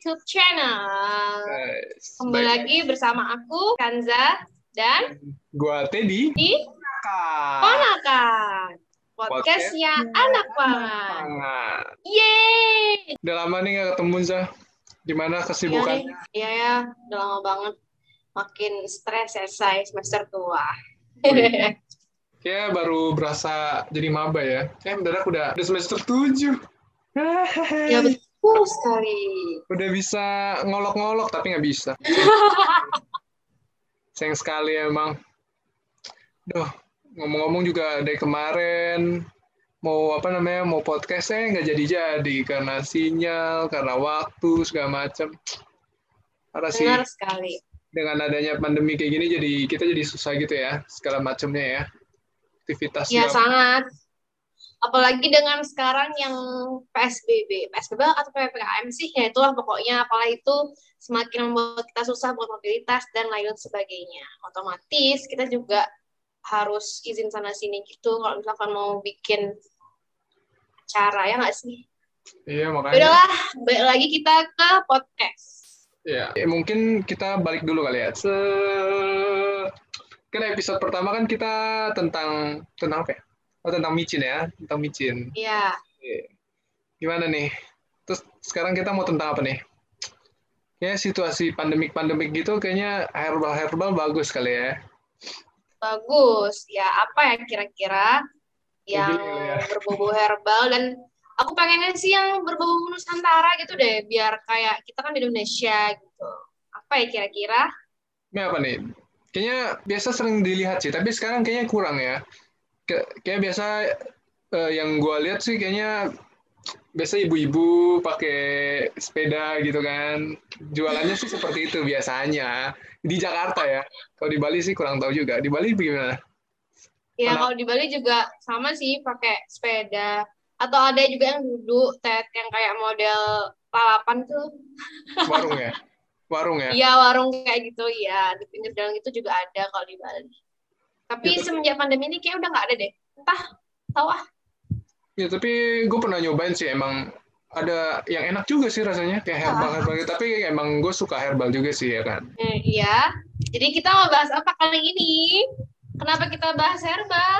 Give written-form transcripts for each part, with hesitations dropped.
YouTube channel. Yes. Kembali lagi bersama aku, Kanza, dan gua Teddy di Ponakan. Podcastnya anak pangan. Yeay! Udah lama nih gak ketemu, Zah. Gimana kesibukannya? Iya ya, udah lama banget. Makin stres selesai semester tua. Kayak baru berasa jadi maba ya. Kayak mendadak udah semester 7. Ya betul sekali. Udah bisa ngolok-ngolok tapi nggak bisa. Sayang sekali emang. Duh, ngomong-ngomong juga dari kemarin mau podcast nggak jadi karena sinyal, karena waktu segala macam. Karena sih Benar sekali. dengan adanya pandemi kayak gini kita jadi susah gitu ya segala macamnya ya. Aktivitas Ya segala. sangat. Apalagi dengan sekarang yang PSBB atau PPKM sih, ya itulah pokoknya. Apalagi itu semakin membuat kita susah buat mobilitas dan lain sebagainya. Otomatis kita juga harus izin sana sini gitu kalau misalkan mau bikin acara, ya nggak sih? Iya, makanya. Udahlah, balik lagi kita ke podcast. Ya, mungkin kita balik dulu kali ya. Kan episode pertama kan kita tentang apa ya? Oh, tentang micin ya, tentang micin. Iya. Gimana nih? Terus sekarang kita mau tentang apa nih? Ya, situasi pandemik gitu kayaknya herbal bagus kali ya. Bagus. Ya, apa ya kira-kira yang berbau herbal, dan aku pengennya sih yang berbau Nusantara gitu deh, biar kayak kita kan di Indonesia gitu. Apa ya kira-kira? Ini apa nih? Kayaknya biasa sering dilihat sih, tapi sekarang kayaknya kurang ya. Kayak biasa yang gue lihat sih kayaknya biasa ibu-ibu pakai sepeda gitu kan. Jualannya sih seperti itu biasanya. Di Jakarta ya. Kalau di Bali sih kurang tahu juga. Di Bali bagaimana? Ya kalau di Bali juga sama sih, pakai sepeda. Atau ada juga yang duduk, yang kayak model lalapan tuh. Warung ya? Warung ya? Iya, warung kayak gitu. Iya, di pinggir jalan itu juga ada kalau di Bali. Tapi ya, semenjak pandemi ini kayak udah nggak ada deh. Entah, tahu ah. Ya, tapi gue pernah nyobain sih, emang ada yang enak juga sih rasanya. Kayak herbal gitu. Tapi emang gue suka herbal juga sih ya kan. Iya. Jadi kita mau bahas apa kali ini? Kenapa kita bahas herbal?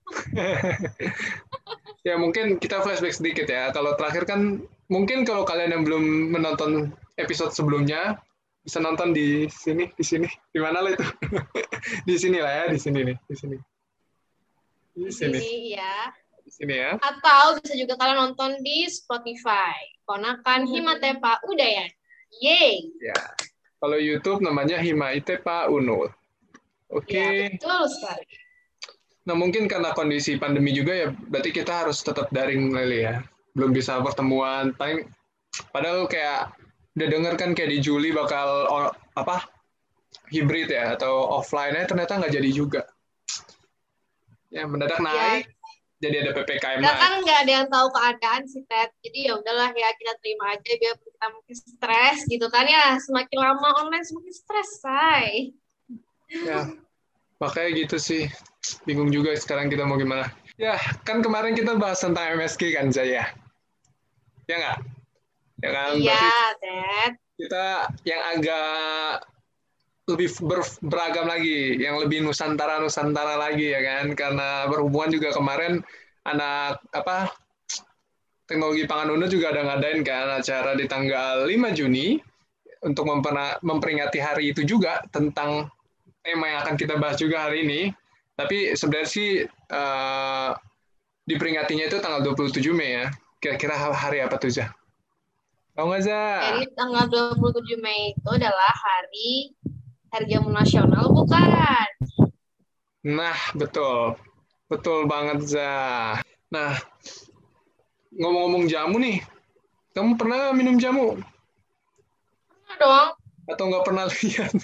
Ya mungkin kita flashback sedikit ya. Kalau terakhir kan, mungkin kalau kalian yang belum menonton episode sebelumnya, bisa nonton di sini. Di mana lah itu? Di sini lah ya, di sini nih, di sini. Di sini ya. Di sini ya. Atau bisa juga kalian nonton di Spotify. Ponakan Himatepa Udayana. Yeay. Ya. Kalau YouTube namanya Himatepa Unut. Oke. Ya, betul sekali. Nah, mungkin karena kondisi pandemi juga ya, berarti kita harus tetap daring kali ya. Belum bisa pertemuan. Padahal kayak udah denger kan kayak di Juli bakal hybrid ya atau offline-nya ternyata nggak jadi juga. Ya mendadak naik, jadi ada PPKM lagi. Kan nggak ada yang tahu keadaan sih, Ted. Jadi ya udahlah ya, kita terima aja biar kita mungkin stres gitu kan ya. Semakin lama online semakin stres, say. Ya, makanya gitu sih. Bingung juga sekarang kita mau gimana. Ya, kan kemarin kita bahas tentang MSG kan, Zaya. Ya nggak? Ya kan? Iya, Ted. Kita yang agak lebih beragam lagi, yang lebih Nusantara lagi ya kan, karena berhubungan juga kemarin anak teknologi pangan UNER juga ada ngadain kan acara di tanggal 5 Juni untuk memperingati hari itu juga tentang tema yang akan kita bahas juga hari ini. Tapi sebenarnya sih diperingatinya itu tanggal 27 Mei ya. Kira-kira hari apa tuh, Zah? Tahu nggak, Zah? Jadi tanggal 27 Mei itu adalah hari jamu nasional, bukan? Nah, betul. Betul banget, Zah. Nah, ngomong-ngomong jamu nih, kamu pernah minum jamu? Pernah dong. Atau nggak pernah lihat?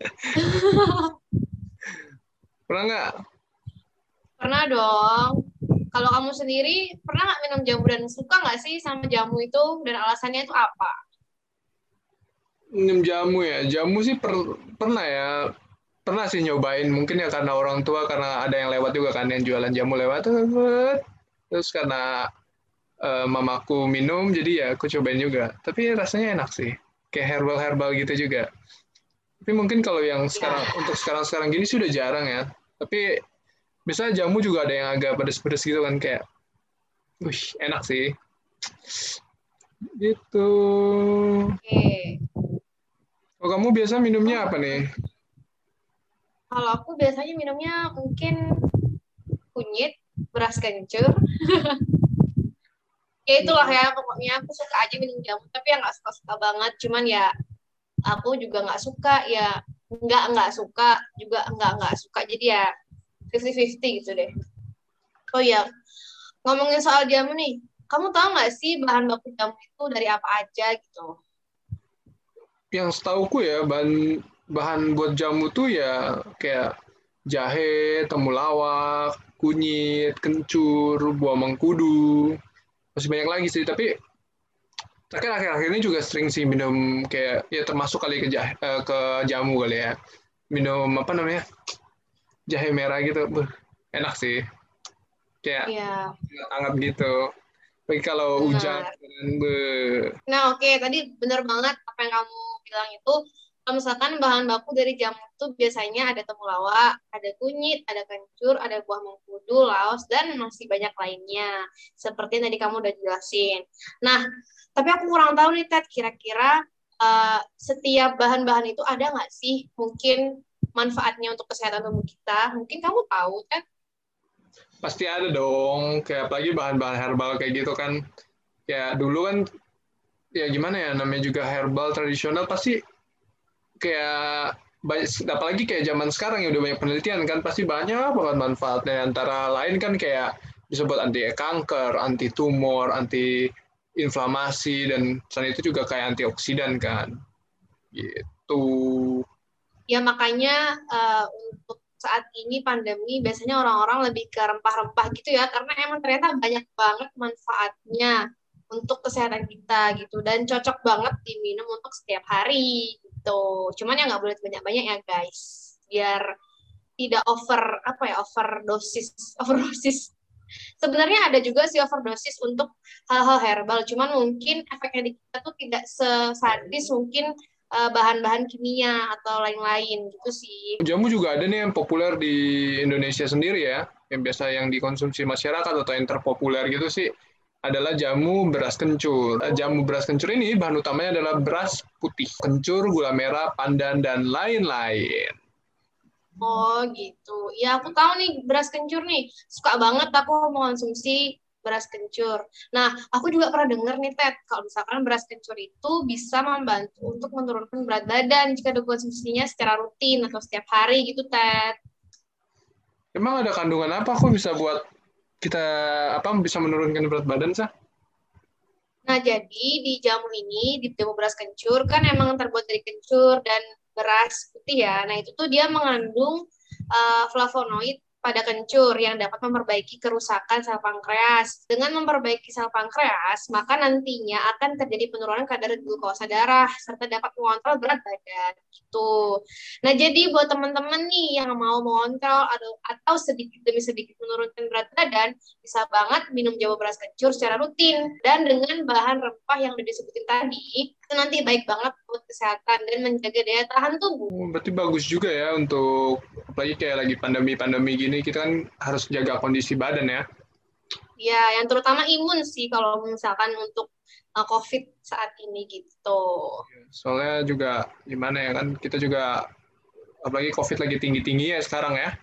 Pernah nggak? Pernah dong. Kalau kamu sendiri pernah nggak minum jamu dan suka nggak sih sama jamu itu, dan alasannya itu apa? Minum jamu ya, jamu sih pernah ya. Pernah sih nyobain, mungkin ya karena orang tua, karena ada yang lewat juga kan, yang jualan jamu lewat. Terus karena mamaku minum, jadi ya aku cobain juga. Tapi rasanya enak sih. kayak herbal gitu juga. Tapi mungkin kalau yang sekarang Ya, untuk sekarang gini sih udah jarang ya. Tapi misalnya jamu juga ada yang agak pedes-pedes gitu kan kayak, wih enak sih. Gitu. oke. Kalau kamu biasa minumnya Oh, apa nih? kalau aku biasanya minumnya mungkin kunyit, beras kencur. Ya itulah ya, pokoknya aku suka aja minum jamu, tapi ya nggak suka-suka banget. Cuman ya aku juga nggak suka, ya nggak suka, juga nggak suka. Jadi ya 50-50 gitu deh. Oh iya, ngomongin soal jamu nih, kamu tahu nggak sih bahan baku jamu itu dari apa aja gitu? Yang setauku ya bahan bahan buat jamu tuh ya kayak jahe, temulawak, kunyit, kencur, buah mengkudu. Masih banyak lagi sih, tapi terakhir akhir-akhir ini juga sering sih minum kayak ya termasuk kali ke jamu kali ya. Minum apa namanya? Jahe merah gitu. Beuh, enak sih. Kayak Iya, hangat gitu. Tapi kalau hujan benar. beuh. Nah, oke, tadi benar banget apa yang kamu bilang itu. Kalau misalkan bahan baku dari jamu itu biasanya ada temulawak, ada kunyit, ada kencur, ada buah mengkudu, laos, dan masih banyak lainnya. Seperti yang tadi kamu udah jelasin. Nah, tapi aku kurang tahu nih, Ted, kira-kira setiap bahan-bahan itu ada nggak sih mungkin manfaatnya untuk kesehatan tubuh kita? Mungkin kamu tahu, Ted? Pasti ada dong, kayak apalagi bahan-bahan herbal kayak gitu kan. Kayak dulu kan ya gimana ya namanya juga herbal tradisional pasti kayak banyak, apalagi kayak zaman sekarang ya udah banyak penelitian kan pasti banyak banget manfaatnya antara lain kan kayak bisa buat anti kanker, anti tumor, anti inflamasi dan selain itu juga kayak antioksidan kan gitu. Ya makanya untuk saat ini pandemi biasanya orang-orang lebih ke rempah-rempah gitu ya karena emang ternyata banyak banget manfaatnya untuk kesehatan kita gitu dan cocok banget diminum untuk setiap hari gitu. Cuman ya nggak boleh banyak-banyak ya guys biar tidak apa ya overdosis overdosis. Sebenarnya ada juga sih overdosis untuk hal-hal herbal, cuman mungkin efeknya di kita tuh tidak sesadis mungkin bahan-bahan kimia atau lain-lain gitu sih. Jamu juga ada nih yang populer di Indonesia sendiri ya, yang biasa yang dikonsumsi masyarakat atau yang terpopuler gitu sih adalah jamu beras kencur. Jamu beras kencur ini bahan utamanya adalah beras putih, kencur, gula merah, pandan, dan lain-lain. Oh gitu. Ya aku tahu nih beras kencur nih. Suka banget aku mengonsumsi beras kencur. Nah, aku juga pernah dengar nih Ted, kalau misalkan beras kencur itu bisa membantu untuk menurunkan berat badan jika dikonsumsinya secara rutin atau setiap hari gitu Ted. Emang ada kandungan apa kok bisa buat kita apa bisa menurunkan berat badan sah? Nah, jadi di jamu ini, di jamu beras kencur, kan emang terbuat dari kencur dan beras putih ya. Nah, itu tuh dia mengandung flavonoid pada kencur yang dapat memperbaiki kerusakan sel pankreas. Dengan memperbaiki sel pankreas, maka nantinya akan terjadi penurunan kadar glukosa darah serta dapat mengontrol berat badan. Gitu. Nah, jadi buat teman-teman nih yang mau mengontrol atau sedikit demi sedikit menurunkan berat badan, bisa banget minum jamu beras kencur secara rutin dan dengan bahan rempah yang udah disebutin tadi itu nanti baik banget buat kesehatan dan menjaga daya tahan tubuh. Oh, berarti bagus juga ya untuk apalagi kayak lagi pandemi-pandemi gini kita kan harus jaga kondisi badan ya. Ya, yang terutama imun sih kalau misalkan untuk COVID saat ini gitu. Soalnya juga gimana ya kan kita juga apalagi COVID lagi tinggi-tinggi ya sekarang ya.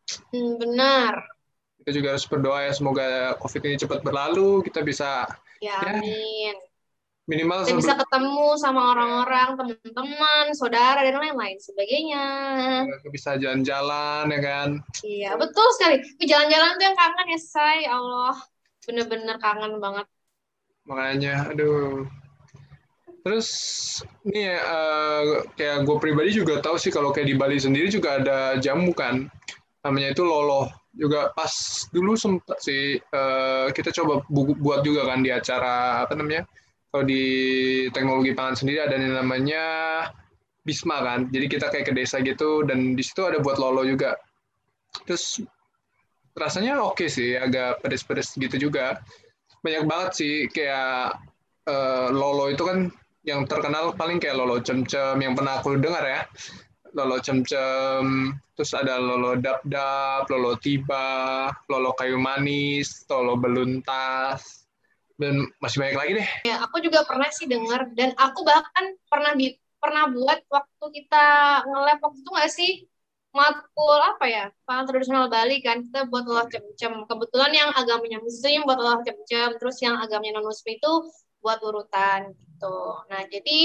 Benar. Kita juga harus berdoa ya semoga COVID ini cepat berlalu, kita bisa Ya, ya amin. minimal Kita bisa ketemu sama orang-orang, teman-teman, saudara, dan lain-lain sebagainya. bisa jalan-jalan ya kan. Iya, betul sekali. Jalan-jalan tuh yang kangen ya, say. Allah, bener-bener kangen banget. Makanya aduh. Terus ini ya, kayak gue pribadi juga tahu sih kalau kayak di Bali sendiri juga ada jamu kan, namanya itu loloh. Juga pas dulu sempat sih kita coba buat juga kan di acara apa namanya, kalau di teknologi pangan sendiri ada yang namanya Bisma kan. Jadi kita kayak ke desa gitu dan di situ ada buat lolo juga. Terus rasanya oke sih, agak pedes-pedes gitu juga. Banyak banget sih kayak lolo itu kan yang terkenal paling kayak lolo cemcem yang pernah aku dengar ya. Lolo cemcem, terus ada lolo dap-dap, lolo tiba, lolo kayu manis, lolo beluntas, dan masih banyak lagi deh. Ya, aku juga pernah sih dengar dan aku bahkan pernah buat waktu kita nge-lab waktu itu nggak sih matkul apa ya pangan tradisional Bali kan kita buat olah cemcem. Kebetulan yang agamanya Muslim buat olah cemcem, terus yang agamanya non Muslim itu buat urutan gitu. Nah jadi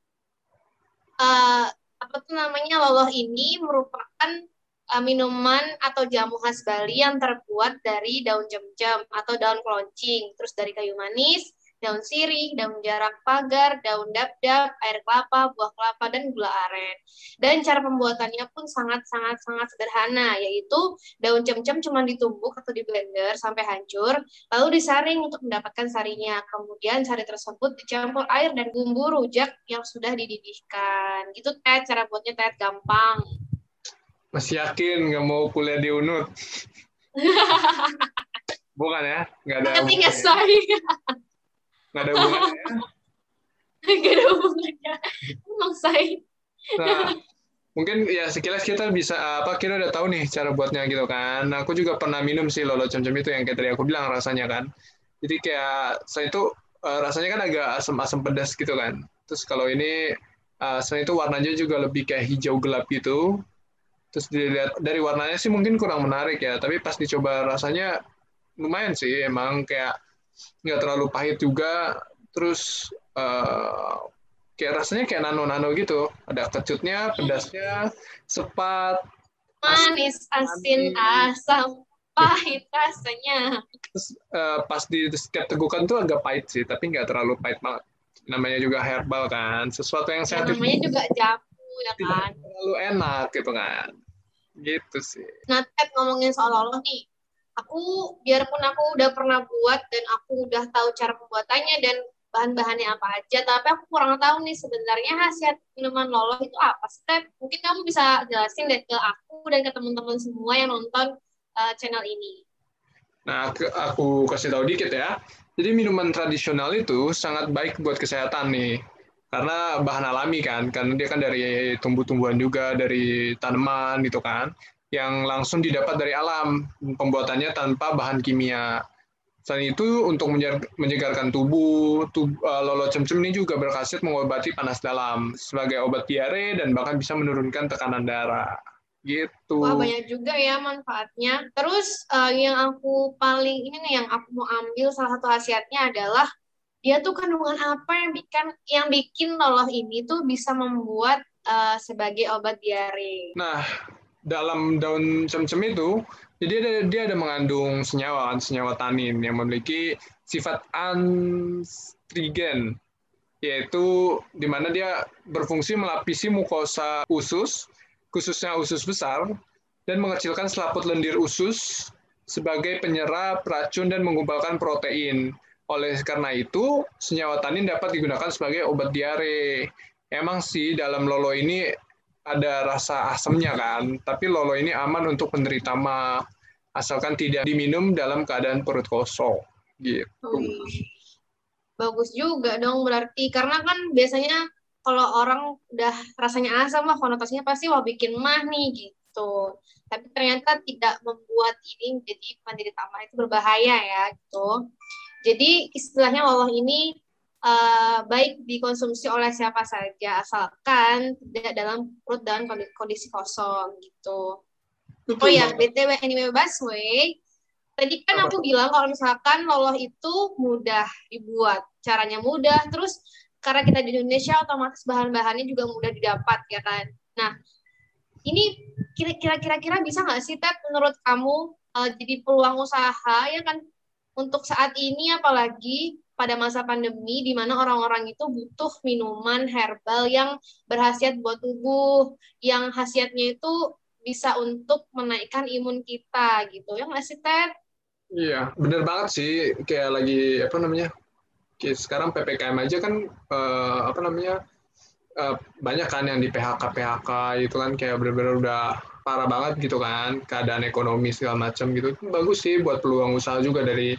eh, apa tuh namanya loloh ini merupakan minuman atau jamu khas Bali yang terbuat dari daun cemcem atau daun keloncing, terus dari kayu manis, daun sirih, daun jarak pagar, daun dap-dap, air kelapa, buah kelapa, dan gula aren. Dan cara pembuatannya pun sangat sederhana, yaitu daun cemcem cuma ditumbuk atau di blender sampai hancur, lalu disaring untuk mendapatkan sarinya. Kemudian sari tersebut dicampur air dan bumbu rujak yang sudah dididihkan. Gitu Ted, cara buatnya Ted gampang. Masih yakin nggak mau kuliah di UNUD? Bukan ya? Nggak ada Tapi nggak hubungannya. say. Nggak ada hubungannya ya? Nggak ada hubungannya. Emang say. Nah, mungkin ya sekilas kita kita udah tahu nih cara buatnya gitu kan. Nah, aku juga pernah minum sih lolo cem-cem itu yang kayak tadi aku bilang rasanya kan. Jadi kayak saya itu rasanya kan agak asam-asam pedas gitu kan. Terus kalau ini selain itu warnanya juga lebih kayak hijau gelap gitu. Terus dilihat dari warnanya sih mungkin kurang menarik ya, tapi pas dicoba rasanya lumayan sih, emang kayak nggak terlalu pahit juga, terus kayak rasanya kayak nano-nano gitu, ada kecutnya, pedasnya, sepat, Manis, asin, manis. asam, pahit rasanya. Terus pas di setiap tegukan tuh agak pahit sih, tapi nggak terlalu pahit banget. Namanya juga herbal kan, sesuatu yang Ya sehat itu namanya juga jamu ya tidak kan. terlalu enak gitu kan. Gitu sih. Nah, Ted ngomongin soal loloh nih. Aku, biarpun aku udah pernah buat dan aku udah tahu cara pembuatannya dan bahan-bahannya apa aja, tapi aku kurang tahu nih sebenarnya khasiat minuman loloh itu apa sih, Ted? Mungkin kamu bisa jelasin deh ke aku dan ke teman-teman semua yang nonton channel ini. Nah, aku kasih tahu dikit ya. Jadi minuman tradisional itu sangat baik buat kesehatan nih. Karena bahan alami kan, karena dia kan dari tumbuh-tumbuhan juga, dari tanaman gitu kan, yang langsung didapat dari alam, pembuatannya tanpa bahan kimia. Selain itu, untuk menyegarkan tubuh, lolo cemcem ini juga berkhasiat mengobati panas dalam, sebagai obat diare dan bahkan bisa menurunkan tekanan darah. Wah, Gitu. banyak juga ya manfaatnya. Terus yang aku paling ini nih yang aku mau ambil salah satu khasiatnya adalah dia tuh kandungan apa yang bikin loloh ini tuh bisa membuat sebagai obat diare. Nah, dalam daun cem-cem itu, jadi dia ada mengandung senyawa tanin yang memiliki sifat anstrigen, yaitu di mana dia berfungsi melapisi mukosa usus, khususnya usus besar, dan mengecilkan selaput lendir usus sebagai penyerap racun dan menggumpalkan protein. Oleh karena itu, senyawa tanin dapat digunakan sebagai obat diare. Emang sih dalam lolo ini ada rasa asamnya kan, tapi lolo ini aman untuk penderita mah, asalkan tidak diminum dalam keadaan perut kosong. Gitu. Wih, bagus juga dong berarti karena kan biasanya kalau orang udah rasanya asam lah konotasinya pasti wah bikin mah nih gitu. Tapi ternyata tidak membuat ini menjadi penderita mah itu berbahaya ya gitu. Jadi istilahnya loloh ini baik dikonsumsi oleh siapa saja asalkan tidak dalam perut dalam kondisi kosong gitu. Oh Betul ya, banget. BTW anyway Busway, tadi kan Apa aku tuh? bilang kalau misalkan loloh itu mudah dibuat, caranya mudah, terus karena kita di Indonesia otomatis bahan-bahannya juga mudah didapat ya kan. Nah, ini kira-kira bisa nggak sih Ted menurut kamu jadi peluang usaha ya kan untuk saat ini apalagi pada masa pandemi di mana orang-orang itu butuh minuman herbal yang berkhasiat buat tubuh, yang khasiatnya itu bisa untuk menaikkan imun kita gitu. Ya nggak sih, Ted? Iya, bener banget sih. Kayak lagi apa namanya? Kayak sekarang PPKM aja kan apa namanya? Banyak kan yang di PHK itu kan kayak bener-bener udah parah banget gitu kan keadaan ekonomi segala macam gitu. Itu bagus sih buat peluang usaha juga dari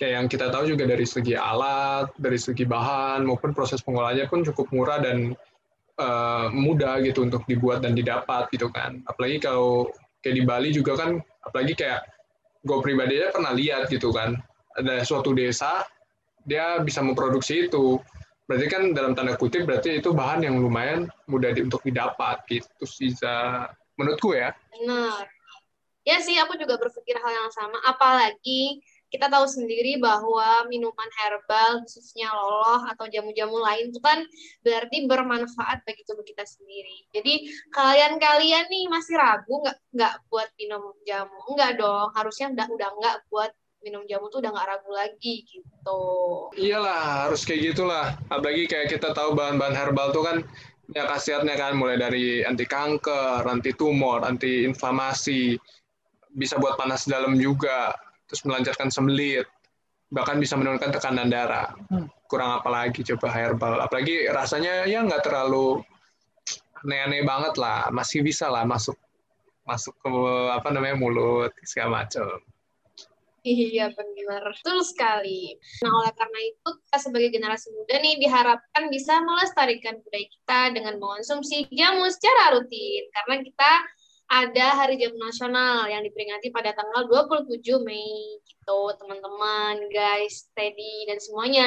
kayak yang kita tahu juga dari segi alat, dari segi bahan maupun proses pengolahannya pun cukup murah dan mudah gitu untuk dibuat dan didapat gitu kan. Apalagi kalau kayak di Bali juga kan, apalagi kayak gue pribadi aja pernah lihat gitu kan, ada suatu desa dia bisa memproduksi itu. Berarti kan dalam tanda kutip berarti itu bahan yang lumayan mudah untuk didapat gitu sih, menurutku ya. Benar. Ya sih, aku juga berpikir hal yang sama. Apalagi kita tahu sendiri bahwa minuman herbal, khususnya loloh atau jamu-jamu lain itu kan berarti bermanfaat bagi tubuh kita sendiri. Jadi kalian-kalian nih masih ragu nggak buat minum jamu? Enggak dong, harusnya udah nggak buat minum jamu tuh udah nggak ragu lagi gitu. Iyalah, harus kayak gitulah. Apalagi kayak kita tahu bahan-bahan herbal tuh kan ya khasiatnya kan mulai dari anti kanker, anti tumor, anti inflamasi, bisa buat panas dalam juga, terus melancarkan sembelit, bahkan bisa menurunkan tekanan darah. Kurang apa lagi coba herbal. Apalagi rasanya ya nggak terlalu aneh-aneh banget lah, masih bisa lah masuk masuk ke apa namanya mulut segala macam. Iya benar, betul sekali. Nah oleh karena itu kita sebagai generasi muda nih diharapkan bisa melestarikan budaya kita dengan mengonsumsi jamu secara rutin. Karena kita ada Hari Jamu Nasional yang diperingati pada tanggal 27 Mei gitu teman-teman, guys, Teddy dan semuanya.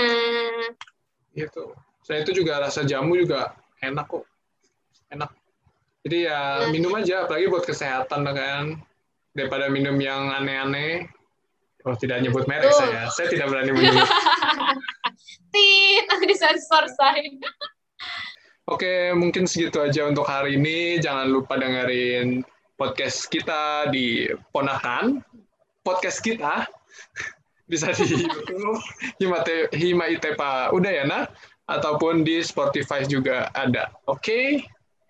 Gitu. Saya itu juga rasa jamu juga enak kok, enak. Jadi ya Benar. minum aja, apalagi buat kesehatan kan, daripada minum yang aneh-aneh. Oh, tidak nyebut merek Betul. saya tidak berani menyebut. Tit, aku disensor say. Oke, mungkin segitu aja untuk hari ini. Jangan lupa dengerin podcast kita di Ponakan. Podcast kita bisa di YouTube, Hima Itepa Udayana, ataupun di Spotify juga ada. Oke?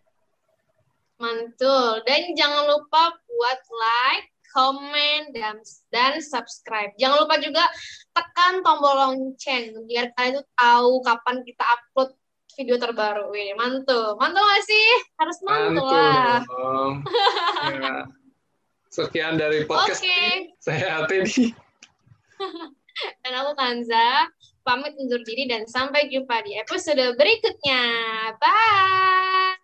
Mantul. Dan jangan lupa buat like, komen, dan subscribe. Jangan lupa juga tekan tombol lonceng biar kalian tuh tahu kapan kita upload video terbaru. Wih, mantul. Mantul nggak sih? Harus mantul Mantul lah. dong. Ya. Sekian dari podcast ini. Saya Teddy. Dan aku Kanza. Pamit undur diri dan sampai jumpa di episode berikutnya. Bye!